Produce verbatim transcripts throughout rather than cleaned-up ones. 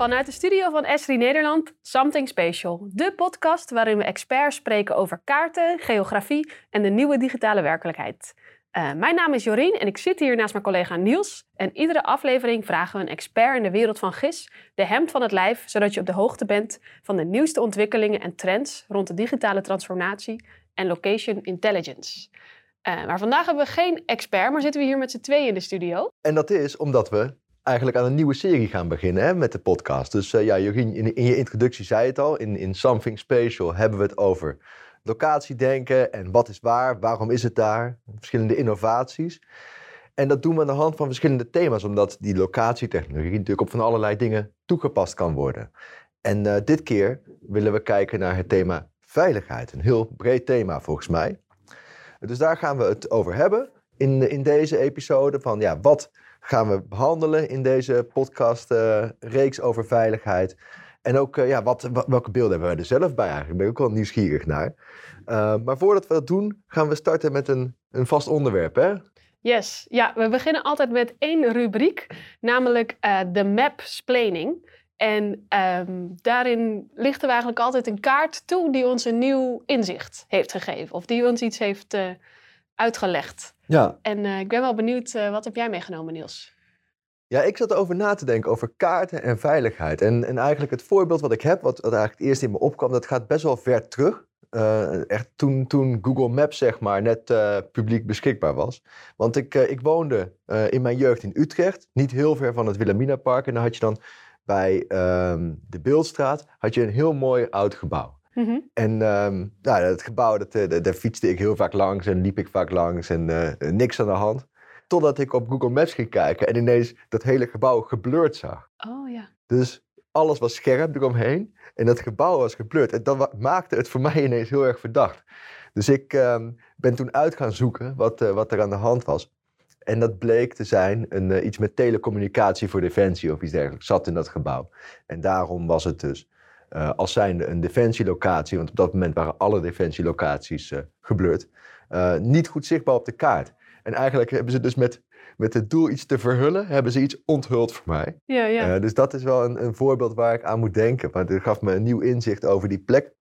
Vanuit de studio van Esri Nederland, Something Spatial. De podcast waarin we experts spreken over kaarten, geografie en de nieuwe digitale werkelijkheid. Uh, mijn naam is Jorien en ik zit hier naast mijn collega Niels. En iedere aflevering vragen we een expert in de wereld van G I S de hemd van het lijf, zodat je op de hoogte bent van de nieuwste ontwikkelingen en trends rond de digitale transformatie en location intelligence. Uh, maar vandaag hebben we geen expert, maar zitten we hier met z'n tweeën in de studio. En dat is omdat we eigenlijk aan een nieuwe serie gaan beginnen, hè, met de podcast. Dus uh, ja, Jorien, in, in je introductie zei het al, in, in Something Spatial hebben we het over locatiedenken en wat is waar, waarom is het daar, verschillende innovaties. En dat doen we aan de hand van verschillende thema's, omdat die locatietechnologie natuurlijk op van allerlei dingen toegepast kan worden. En uh, dit keer willen we kijken naar het thema veiligheid, een heel breed thema volgens mij. Dus daar gaan we het over hebben in, in deze episode van ja, wat gaan we behandelen in deze podcastreeks uh, over veiligheid. En ook, uh, ja, wat, welke beelden hebben wij er zelf bij eigenlijk? Daar ben ik ook wel nieuwsgierig naar. Uh, maar voordat we dat doen, gaan we starten met een, een vast onderwerp, hè? Yes, ja, we beginnen altijd met één rubriek, namelijk uh, de mapsplaining. En um, daarin lichten we eigenlijk altijd een kaart toe die ons een nieuw inzicht heeft gegeven. Of die ons iets heeft uh, uitgelegd. Ja. En uh, ik ben wel benieuwd, uh, wat heb jij meegenomen, Niels? Ja, ik zat erover na te denken over kaarten en veiligheid. En, en eigenlijk het voorbeeld wat ik heb, wat, wat eigenlijk het eerst in me opkwam, dat gaat best wel ver terug. Uh, echt toen, toen Google Maps zeg maar net uh, publiek beschikbaar was. Want ik, uh, ik woonde uh, in mijn jeugd in Utrecht, niet heel ver van het Wilhelminapark. En dan had je dan bij um, de Beeldstraat had je een heel mooi oud gebouw. Mm-hmm. En um, nou, dat gebouw, dat, uh, daar fietste ik heel vaak langs en liep ik vaak langs en uh, niks aan de hand. Totdat ik op Google Maps ging kijken en ineens dat hele gebouw geblurred zag. Oh ja. Dus alles was scherp eromheen en dat gebouw was geblurred. En dat maakte het voor mij ineens heel erg verdacht. Dus ik um, ben toen uit gaan zoeken wat, uh, wat er aan de hand was. En dat bleek te zijn een, uh, iets met telecommunicatie voor defensie of iets dergelijks zat in dat gebouw. En daarom was het dus uh, als zijnde een defensielocatie, want op dat moment waren alle defensielocaties uh, geblurred, uh, niet goed zichtbaar op de kaart. En eigenlijk hebben ze dus met, met het doel iets te verhullen, hebben ze iets onthuld voor mij. Ja, ja. Uh, dus dat is wel een, een voorbeeld waar ik aan moet denken. Want het gaf me een nieuw inzicht over die plek.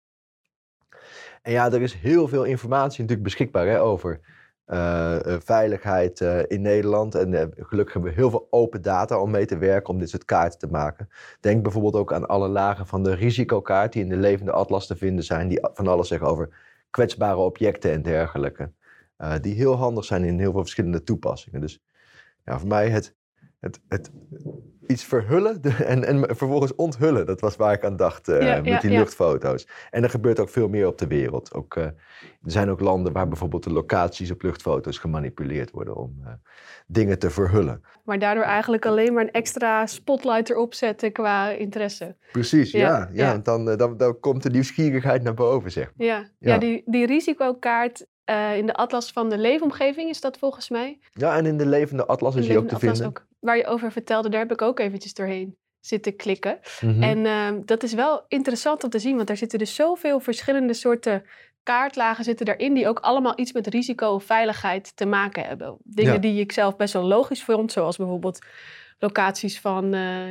En ja, er is heel veel informatie natuurlijk beschikbaar hè, over uh, uh, veiligheid uh, in Nederland. En uh, gelukkig hebben we heel veel open data om mee te werken, om dit soort kaarten te maken. Denk bijvoorbeeld ook aan alle lagen van de risicokaart die in de levende atlas te vinden zijn. Die van alles zeggen over kwetsbare objecten en dergelijke. Uh, die heel handig zijn in heel veel verschillende toepassingen. Dus ja, voor mij het, het, het iets verhullen de, en, en vervolgens onthullen. Dat was waar ik aan dacht uh, ja, met ja, die ja. luchtfoto's. En er gebeurt ook veel meer op de wereld. Ook, uh, er zijn ook landen waar bijvoorbeeld de locaties op luchtfoto's gemanipuleerd worden om uh, dingen te verhullen. Maar daardoor eigenlijk alleen maar een extra spotlight erop zetten qua interesse. Precies, ja. ja, ja. ja. Dan, dan, dan komt de nieuwsgierigheid naar boven, zeg maar. Ja, ja. ja die, die risicokaart uh, in de atlas van de leefomgeving is dat volgens mij. Ja, en in de levende atlas is die ook te vinden. Ook, waar je over vertelde, daar heb ik ook eventjes doorheen zitten klikken. Mm-hmm. En uh, dat is wel interessant om te zien, want daar zitten dus zoveel verschillende soorten kaartlagen zitten daarin die ook allemaal iets met risico of veiligheid te maken hebben. Dingen ja. die ik zelf best wel logisch vond, zoals bijvoorbeeld locaties van uh,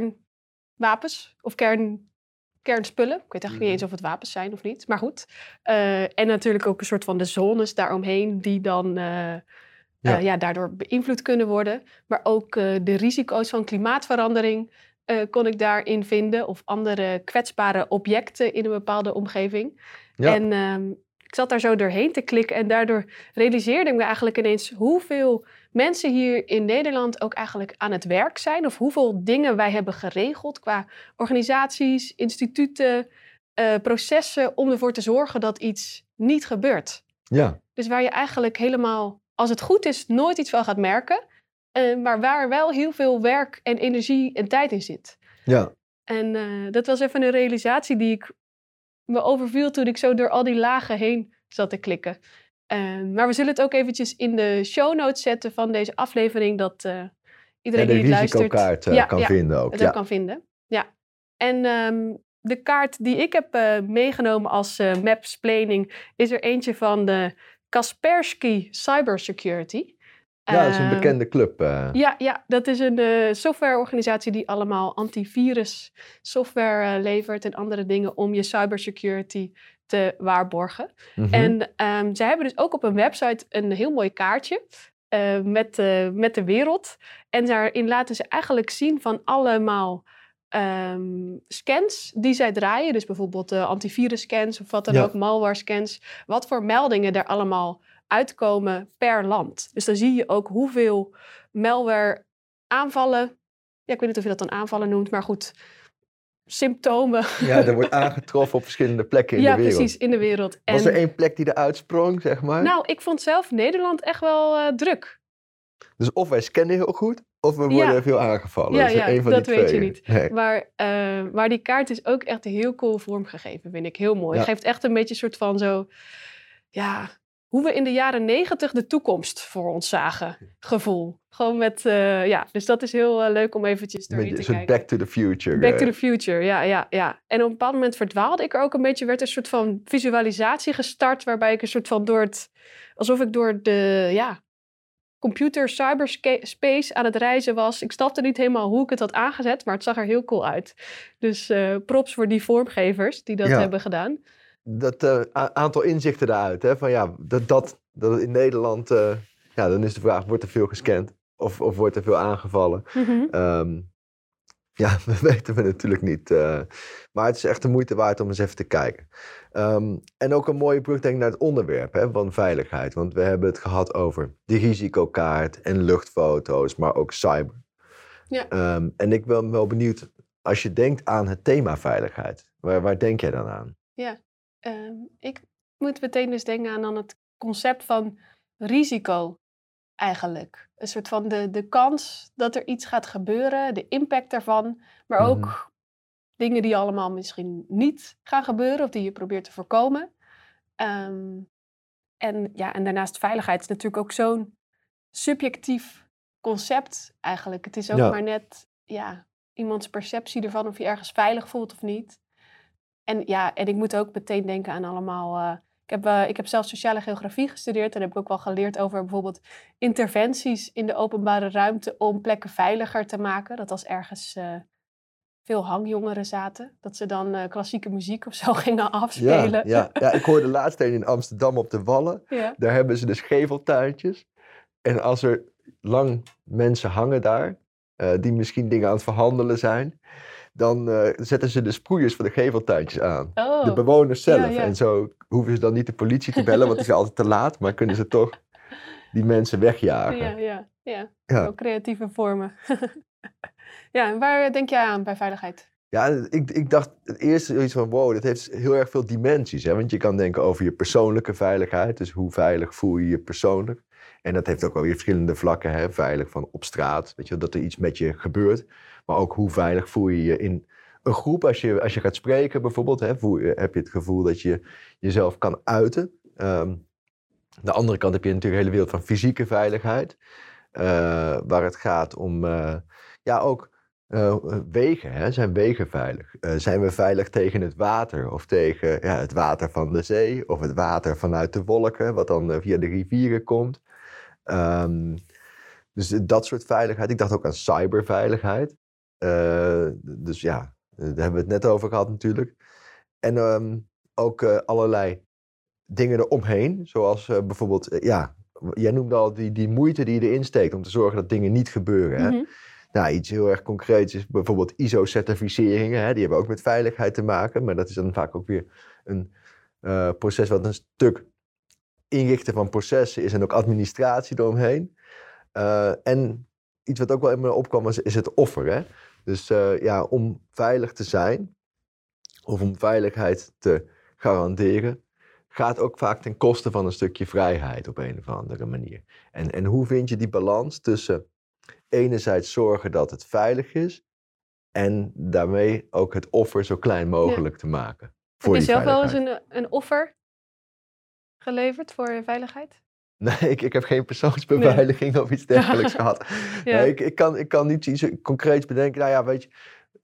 kernwapens of kern, kernspullen. Ik weet eigenlijk niet eens of het wapens zijn of niet, maar goed. Uh, en natuurlijk ook een soort van de zones daaromheen die dan uh, ja. Uh, ja, daardoor beïnvloed kunnen worden. Maar ook uh, de risico's van klimaatverandering uh, kon ik daarin vinden. Of andere kwetsbare objecten in een bepaalde omgeving. Ja. En uh, ik zat daar zo doorheen te klikken. En daardoor realiseerde ik me eigenlijk ineens hoeveel mensen hier in Nederland ook eigenlijk aan het werk zijn. Of hoeveel dingen wij hebben geregeld qua organisaties, instituten, uh, processen. Om ervoor te zorgen dat iets niet gebeurt. Ja. Dus waar je eigenlijk helemaal, als het goed is, nooit iets van gaat merken. Uh, maar waar wel heel veel werk en energie en tijd in zit. Ja. En uh, dat was even een realisatie die ik me overviel toen ik zo door al die lagen heen zat te klikken. Uh, maar we zullen het ook eventjes in de show notes zetten van deze aflevering. Dat uh, iedereen die het luistert... En de risicokaart uh, ja, kan ja, vinden ook. het ja. ook kan vinden. Ja. En um, de kaart die ik heb uh, meegenomen als uh, mapsplaining is er eentje van de Kaspersky Cybersecurity. Ja, dat is een Uh, bekende club. Uh. Ja, ja, dat is een uh, softwareorganisatie die allemaal antivirus software uh, levert en andere dingen om je cybersecurity te waarborgen. Mm-hmm. En um, zij hebben dus ook op hun website een heel mooi kaartje uh, met, uh, met de wereld. En daarin laten ze eigenlijk zien van allemaal um, scans die zij draaien. Dus bijvoorbeeld uh, antivirus scans of wat dan ja. ook, malware scans. Wat voor meldingen er allemaal uitkomen per land. Dus dan zie je ook hoeveel malware aanvallen. Ja, ik weet niet of je dat dan aanvallen noemt, maar goed, symptomen. Ja, er wordt aangetroffen op verschillende plekken in ja, de wereld. Ja, precies, in de wereld. En was er één plek die eruit sprong, zeg maar? Nou, ik vond zelf Nederland echt wel uh, druk. Dus of wij scannen heel goed, of we worden ja. veel aangevallen. Ja, dus ja een van dat die weet twee. je niet. Nee. Maar, uh, maar die kaart is ook echt heel cool vormgegeven, vind ik. Heel mooi. Ja. Het geeft echt een beetje een soort van zo... Ja, hoe we in de jaren negentig de toekomst voor ons zagen. Gevoel. Gewoon met, uh, ja, dus dat is heel uh, leuk om eventjes doorheen met, te zo kijken. Back to the future. Back uh. to the future, ja, ja, ja. En op een bepaald moment verdwaalde ik er ook een beetje, werd een soort van visualisatie gestart, waarbij ik een soort van door het, alsof ik door de, ja, computer cyberspace aan het reizen was. Ik snapte niet helemaal hoe ik het had aangezet, maar het zag er heel cool uit. Dus uh, props voor die vormgevers die dat ja. hebben gedaan. Dat uh, aantal inzichten daaruit, hè, van ja, dat, dat, dat in Nederland, uh, ja, dan is de vraag, wordt er veel gescand of, of wordt er veel aangevallen? Mm-hmm. Um, ja, dat weten we natuurlijk niet. Uh, maar het is echt de moeite waard om eens even te kijken. Um, en ook een mooie brug denk ik naar het onderwerp hè, van veiligheid. Want we hebben het gehad over die risicokaart en luchtfoto's, maar ook cyber. Ja. Um, en ik ben wel benieuwd, als je denkt aan het thema veiligheid, waar, waar denk jij dan aan? Ja. Um, ik moet meteen dus denken aan, aan het concept van risico eigenlijk. Een soort van de, de kans dat er iets gaat gebeuren, de impact daarvan, maar ook mm-hmm. dingen die allemaal misschien niet gaan gebeuren of die je probeert te voorkomen. Um, en, ja, en daarnaast veiligheid is natuurlijk ook zo'n subjectief concept eigenlijk. Het is ook ja. maar net ja, iemands perceptie ervan of je ergens veilig voelt of niet. En ja, en ik moet ook meteen denken aan allemaal... Uh, ik, heb, uh, ik heb zelf sociale geografie gestudeerd en heb ik ook wel geleerd over bijvoorbeeld interventies in de openbare ruimte om plekken veiliger te maken. Dat als ergens uh, veel hangjongeren zaten, dat ze dan uh, klassieke muziek of zo gingen afspelen. Ja, ja, ja, ik hoorde laatst een in Amsterdam op de Wallen. Ja. Daar hebben ze dus geveltuintjes. En als er lang mensen hangen daar, uh, die misschien dingen aan het verhandelen zijn, dan uh, zetten ze de sproeiers voor de geveltuintjes aan. Oh. De bewoners zelf. Ja, ja. En zo hoeven ze dan niet de politie te bellen, want die is altijd te laat. Maar kunnen ze toch die mensen wegjagen. Ja, ja, ja. ja. Ook creatieve vormen. Ja, en waar denk jij aan bij veiligheid? Ja, ik, ik dacht het eerste iets van wow, dat heeft heel erg veel dimensies. Hè? Want je kan denken over je persoonlijke veiligheid. Dus hoe veilig voel je je persoonlijk? En dat heeft ook wel weer verschillende vlakken. Hè? Veilig van op straat, weet je, dat er iets met je gebeurt. Maar ook hoe veilig voel je je in een groep. Als je, als je gaat spreken bijvoorbeeld, hè, voel je, heb je het gevoel dat je jezelf kan uiten. Um, aan de andere kant heb je natuurlijk een hele wereld van fysieke veiligheid. Uh, waar het gaat om, uh, ja ook uh, wegen. Hè? Zijn wegen veilig? Uh, zijn we veilig tegen het water? Of tegen ja, het water van de zee? Of het water vanuit de wolken, wat dan uh, via de rivieren komt? Um, dus dat soort veiligheid. Ik dacht ook aan cyberveiligheid. Uh, dus ja, daar hebben we het net over gehad natuurlijk. En um, ook uh, allerlei dingen eromheen. Zoals uh, bijvoorbeeld, uh, ja, jij noemde al die, die moeite die je erin steekt om te zorgen dat dingen niet gebeuren. Hè? Mm-hmm. Nou, iets heel erg concreets is bijvoorbeeld I S O-certificeringen. Hè? Die hebben ook met veiligheid te maken. Maar dat is dan vaak ook weer een uh, proces wat een stuk inrichten van processen is en ook administratie eromheen. Uh, en iets wat ook wel in me opkwam is, is het offer. Hè? Dus uh, ja, om veilig te zijn of om veiligheid te garanderen, gaat ook vaak ten koste van een stukje vrijheid op een of andere manier. En, en hoe vind je die balans tussen enerzijds zorgen dat het veilig is en daarmee ook het offer zo klein mogelijk ja. te maken. Heb je zelf wel eens een, een offer geleverd voor je veiligheid? Nee, ik, ik heb geen persoonsbeveiliging nee. of iets dergelijks gehad. Ja. Nee, ik, ik, kan, ik kan niet iets concreets bedenken. Nou ja, weet je,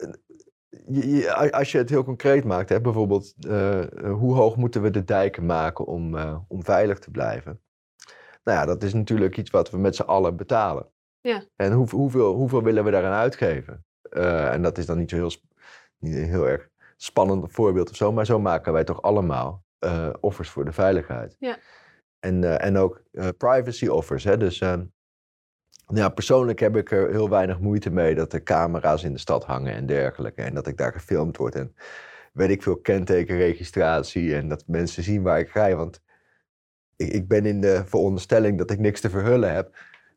je, je als je het heel concreet maakt, hè, bijvoorbeeld, uh, hoe hoog moeten we de dijken maken om, uh, om veilig te blijven? Nou ja, dat is natuurlijk iets wat we met z'n allen betalen. Ja. En hoe, hoeveel, hoeveel willen we daaraan uitgeven? Uh, en dat is dan niet zo heel, niet een heel erg spannend voorbeeld of zo, maar zo maken wij toch allemaal uh, offers voor de veiligheid. Ja. En, uh, en ook uh, privacy offers. Hè? Dus uh, ja, persoonlijk heb ik er heel weinig moeite mee dat er camera's in de stad hangen en dergelijke. En dat ik daar gefilmd word en weet ik veel kentekenregistratie en dat mensen zien waar ik rij. Want ik, ik ben in de veronderstelling dat ik niks te verhullen heb.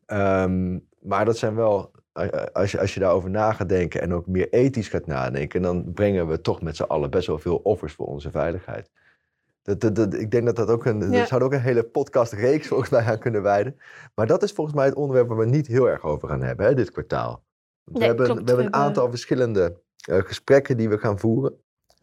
Um, maar dat zijn wel, als je, als je daarover na gaat denken en ook meer ethisch gaat nadenken, dan brengen we toch met z'n allen best wel veel offers voor onze veiligheid. Dat, dat, dat, ik denk dat dat ook een, ja. dat zou ook een hele podcastreeks volgens mij aan kunnen wijden. Maar dat is volgens mij het onderwerp waar we niet heel erg over gaan hebben, hè, dit kwartaal. Nee, we, hebben, klopt, we hebben een aantal verschillende uh, gesprekken die we gaan voeren.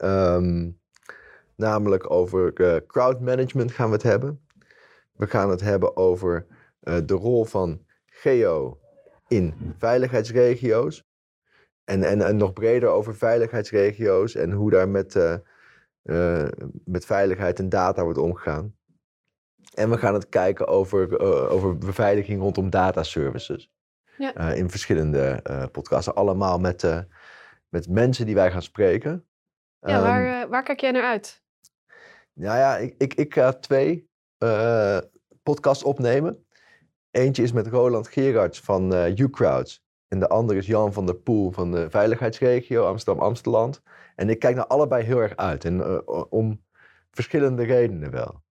Um, namelijk over uh, crowdmanagement gaan we het hebben. We gaan het hebben over uh, de rol van geo in veiligheidsregio's. En, en, en nog breder over veiligheidsregio's en hoe daar met, uh, uh, met veiligheid en data wordt omgegaan. En we gaan het kijken over, uh, over beveiliging rondom data services. Ja. Uh, in verschillende uh, podcasts. Allemaal met, uh, met mensen die wij gaan spreken. Ja, um, waar, uh, waar kijk jij naar uit? Nou ja, ik, ik, ik ga twee uh, podcasts opnemen. Eentje is met Roland Gerards van uh, uCrowds. En de andere is Jan van der Poel van de veiligheidsregio Amsterdam-Amsteland. En ik kijk naar allebei heel erg uit. En uh, om verschillende redenen wel.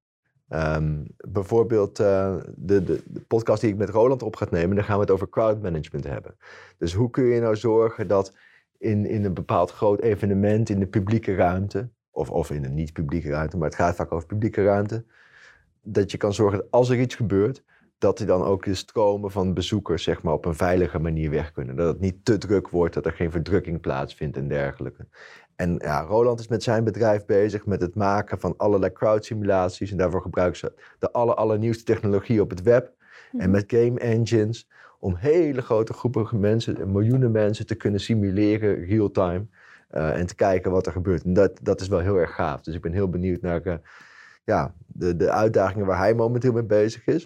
Um, bijvoorbeeld uh, de, de, de podcast die ik met Roland op ga nemen, daar gaan we het over crowdmanagement hebben. Dus hoe kun je nou zorgen dat in, in een bepaald groot evenement in de publieke ruimte, of, of in een niet-publieke ruimte, maar het gaat vaak over publieke ruimte, dat je kan zorgen dat als er iets gebeurt, dat er dan ook de stromen van bezoekers zeg maar, op een veilige manier weg kunnen. Dat het niet te druk wordt, dat er geen verdrukking plaatsvindt en dergelijke. En ja, Roland is met zijn bedrijf bezig met het maken van allerlei crowd-simulaties. En daarvoor gebruiken ze de aller, allernieuwste technologie op het web. Mm-hmm. En met game engines om hele grote groepen mensen, miljoenen mensen te kunnen simuleren real-time. Uh, en te kijken wat er gebeurt. En dat, dat is wel heel erg gaaf. Dus ik ben heel benieuwd naar uh, ja, de, de uitdagingen waar hij momenteel mee bezig is.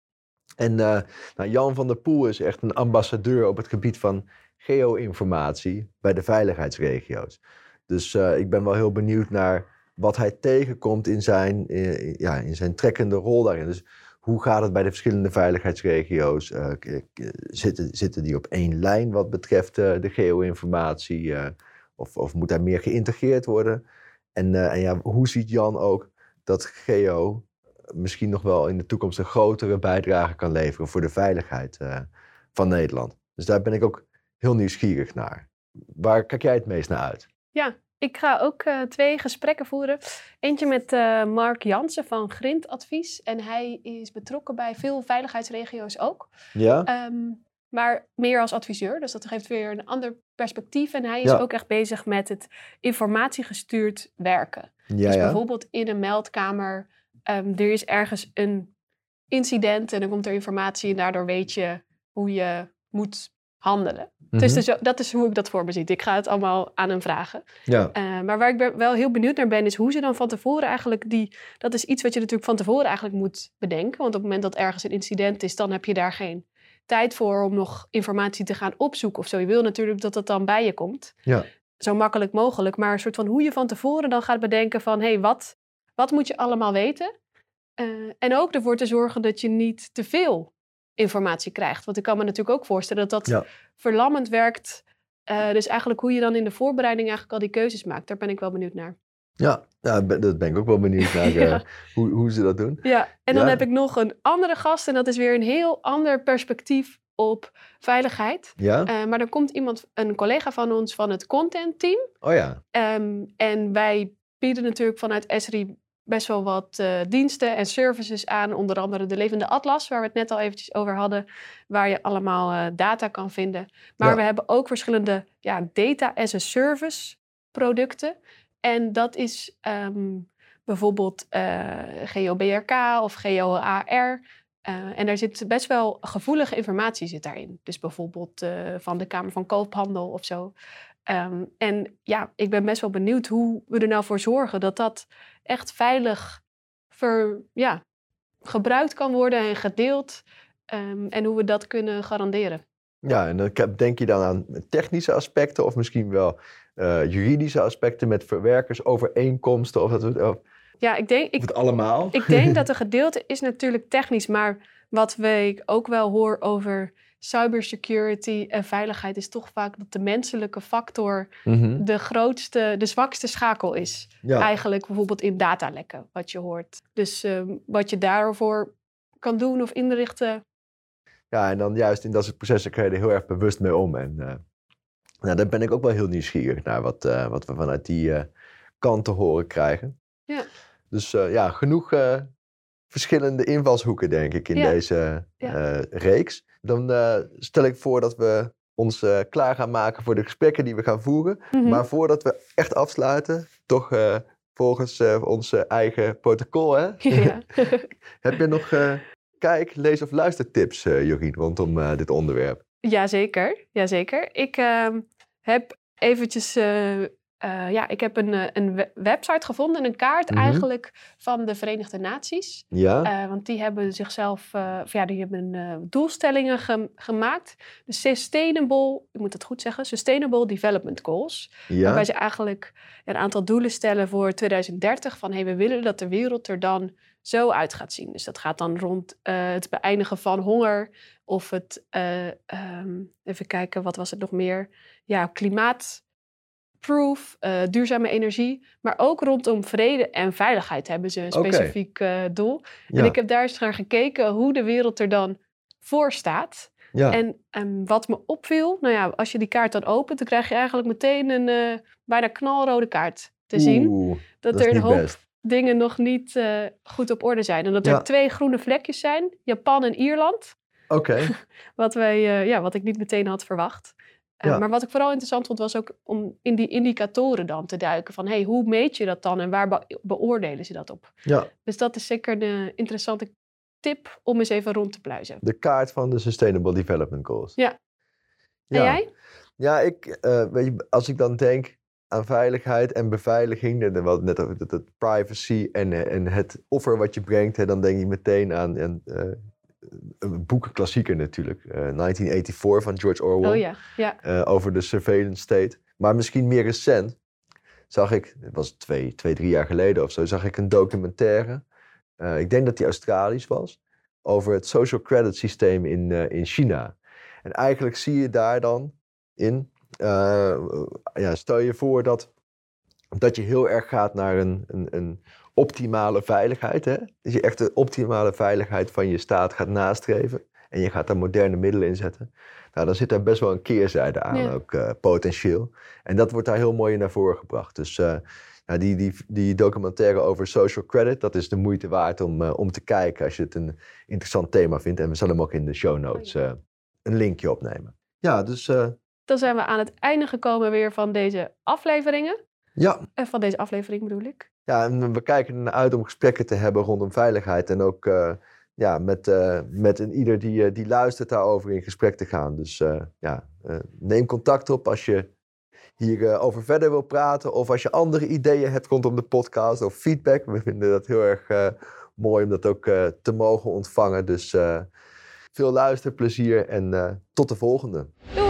En uh, nou, Jan van der Poel is echt een ambassadeur op het gebied van geo-informatie bij de veiligheidsregio's. Dus uh, ik ben wel heel benieuwd naar wat hij tegenkomt in zijn, in, ja, in zijn trekkende rol daarin. Dus hoe gaat het bij de verschillende veiligheidsregio's? Uh, zitten, zitten die op één lijn wat betreft uh, de geo-informatie? Uh, of, of moet daar meer geïntegreerd worden? En, uh, en ja, hoe ziet Jan ook dat geo misschien nog wel in de toekomst een grotere bijdrage kan leveren voor de veiligheid uh, van Nederland? Dus daar ben ik ook heel nieuwsgierig naar. Waar kijk jij het meest naar uit? Ja, ik ga ook uh, twee gesprekken voeren. Eentje met uh, Mark Jansen van Grintadvies. En hij is betrokken bij veel veiligheidsregio's ook. Ja? Um, maar meer als adviseur. Dus dat geeft weer een ander perspectief. En hij is ja. ook echt bezig met het informatiegestuurd werken. Ja, dus ja. bijvoorbeeld in een meldkamer. Um, er is ergens een incident en dan komt er informatie. En daardoor weet je hoe je moet handelen. Mm-hmm. Dus, dus dat is hoe ik dat voor me zie. Ik ga het allemaal aan hem vragen. Ja. Uh, maar waar ik wel heel benieuwd naar ben, is hoe ze dan van tevoren eigenlijk die... Dat is iets wat je natuurlijk van tevoren eigenlijk moet bedenken. Want op het moment dat ergens een incident is, dan heb je daar geen tijd voor om nog informatie te gaan opzoeken of zo. Je wil natuurlijk dat dat dan bij je komt. Ja. Zo makkelijk mogelijk. Maar een soort van hoe je van tevoren dan gaat bedenken van... hé, hey, wat, wat moet je allemaal weten? Uh, en ook ervoor te zorgen dat je niet te veel informatie krijgt. Want ik kan me natuurlijk ook voorstellen dat dat ja. verlammend werkt. Uh, dus eigenlijk hoe je dan in de voorbereiding eigenlijk al die keuzes maakt. Daar ben ik wel benieuwd naar. Ja, ja dat ben ik ook wel benieuwd naar ja. uh, hoe, hoe ze dat doen. Ja, en dan ja. heb ik nog een andere gast. En dat is weer een heel ander perspectief op veiligheid. Ja? Uh, maar dan komt iemand, een collega van ons van het content team. Oh ja. Um, en wij bieden natuurlijk vanuit Esri best wel wat uh, diensten en services aan. Onder andere de Levende Atlas, waar we het net al eventjes over hadden. Waar je allemaal uh, data kan vinden. Maar ja. we hebben ook verschillende ja, data as a service producten. En dat is um, bijvoorbeeld uh, G O B R K of G O A R. Uh, en daar zit best wel gevoelige informatie zit daarin. Dus bijvoorbeeld uh, van de Kamer van Koophandel of zo. Um, en ja, ik ben best wel benieuwd hoe we er nou voor zorgen dat dat echt veilig ver, ja, gebruikt kan worden en gedeeld. Um, en hoe we dat kunnen garanderen. Ja, en dan denk je dan aan technische aspecten of misschien wel uh, juridische aspecten met verwerkersovereenkomsten of, dat, of, ja, ik denk, of het allemaal? Ik denk dat een gedeelte is natuurlijk technisch, maar wat ik ook wel hoor over cybersecurity en veiligheid is toch vaak dat de menselijke factor mm-hmm. de grootste, de zwakste schakel is. Ja. Eigenlijk bijvoorbeeld in datalekken, wat je hoort. Dus um, wat je daarvoor kan doen of inrichten. Ja, en dan juist in dat soort processen kun je er heel erg bewust mee om. En uh, nou, daar ben ik ook wel heel nieuwsgierig naar wat, uh, wat we vanuit die uh, kant te horen krijgen. Ja. Dus uh, ja, genoeg uh, verschillende invalshoeken, denk ik, in ja. deze uh, ja. reeks. Dan uh, stel ik voor dat we ons uh, klaar gaan maken voor de gesprekken die we gaan voeren. Mm-hmm. Maar voordat we echt afsluiten, toch uh, volgens uh, ons eigen protocol, hè? Ja. Heb je nog uh, kijk, lees- of luistertips, uh, Jorien, rondom uh, dit onderwerp? Jazeker, jazeker. Ik uh, heb eventjes... Uh, Uh, ja, ik heb een, een website gevonden, een kaart mm-hmm. eigenlijk van de Verenigde Naties. Ja. Uh, want die hebben zichzelf, uh, of ja, die hebben uh, doelstellingen ge- gemaakt. De Sustainable, ik moet het goed zeggen, Sustainable Development Goals. Ja. Waarbij ze eigenlijk een aantal doelen stellen voor twintig dertig. Van, hey, we willen dat de wereld er dan zo uit gaat zien. Dus dat gaat dan rond uh, het beëindigen van honger. Of het, uh, um, even kijken, wat was het nog meer? Ja, klimaat... Proof, uh, duurzame energie, maar ook rondom vrede en veiligheid hebben ze een specifiek okay. uh, doel. Ja. En ik heb daar eens naar gekeken hoe de wereld er dan voor staat. Ja. En um, wat me opviel, nou ja, als je die kaart dan opent, dan krijg je eigenlijk meteen een uh, bijna knalrode kaart te zien. Oeh, dat, dat er een hoop best. dingen nog niet uh, goed op orde zijn. En dat ja. er twee groene vlekjes zijn, Japan en Ierland. Oké. Okay. wat, wij, uh, ja, wat ik niet meteen had verwacht. Uh, ja. Maar wat ik vooral interessant vond, was ook om in die indicatoren dan te duiken. Van, hey, hoe meet je dat dan en waar be- beoordelen ze dat op? Ja. Dus dat is zeker een interessante tip om eens even rond te pluizen. De kaart van de Sustainable Development Goals. Ja. En ja. jij? Ja, ik, uh, weet je, als ik dan denk aan veiligheid en beveiliging, en wat net over het, het privacy en, en het offer wat je brengt, hè, dan denk ik meteen aan... aan uh, een boekenklassieker natuurlijk, uh, negentien vierennegentig van George Orwell, oh, ja. Ja. Uh, over de surveillance state. Maar misschien meer recent zag ik, het was twee, twee, drie jaar geleden of zo, zag ik een documentaire, uh, ik denk dat die Australisch was, over het social credit systeem in, uh, in China. En eigenlijk zie je daar dan in, uh, ja, stel je voor dat, dat je heel erg gaat naar een, een, een optimale veiligheid. Hè? Dus je echt de optimale veiligheid van je staat gaat nastreven. En je gaat daar moderne middelen in zetten. Nou, dan zit daar best wel een keerzijde aan, ja. ook uh, potentieel. En dat wordt daar heel mooi naar voren gebracht. Dus uh, nou, die, die, die documentaire over social credit, dat is de moeite waard om, uh, om te kijken als je het een interessant thema vindt. En we zullen hem ook in de show notes uh, een linkje opnemen. Ja, dus... Uh, dan zijn we aan het einde gekomen weer van deze afleveringen. Ja. En van deze aflevering bedoel ik. Ja, en we kijken ernaar uit om gesprekken te hebben rondom veiligheid. En ook uh, ja, met, uh, met een ieder die, uh, die luistert daarover in gesprek te gaan. Dus uh, ja, uh, neem contact op als je hierover uh, over verder wil praten. Of als je andere ideeën hebt rondom de podcast of feedback. We vinden dat heel erg uh, mooi om dat ook uh, te mogen ontvangen. Dus uh, veel luisterplezier en uh, tot de volgende. Doei!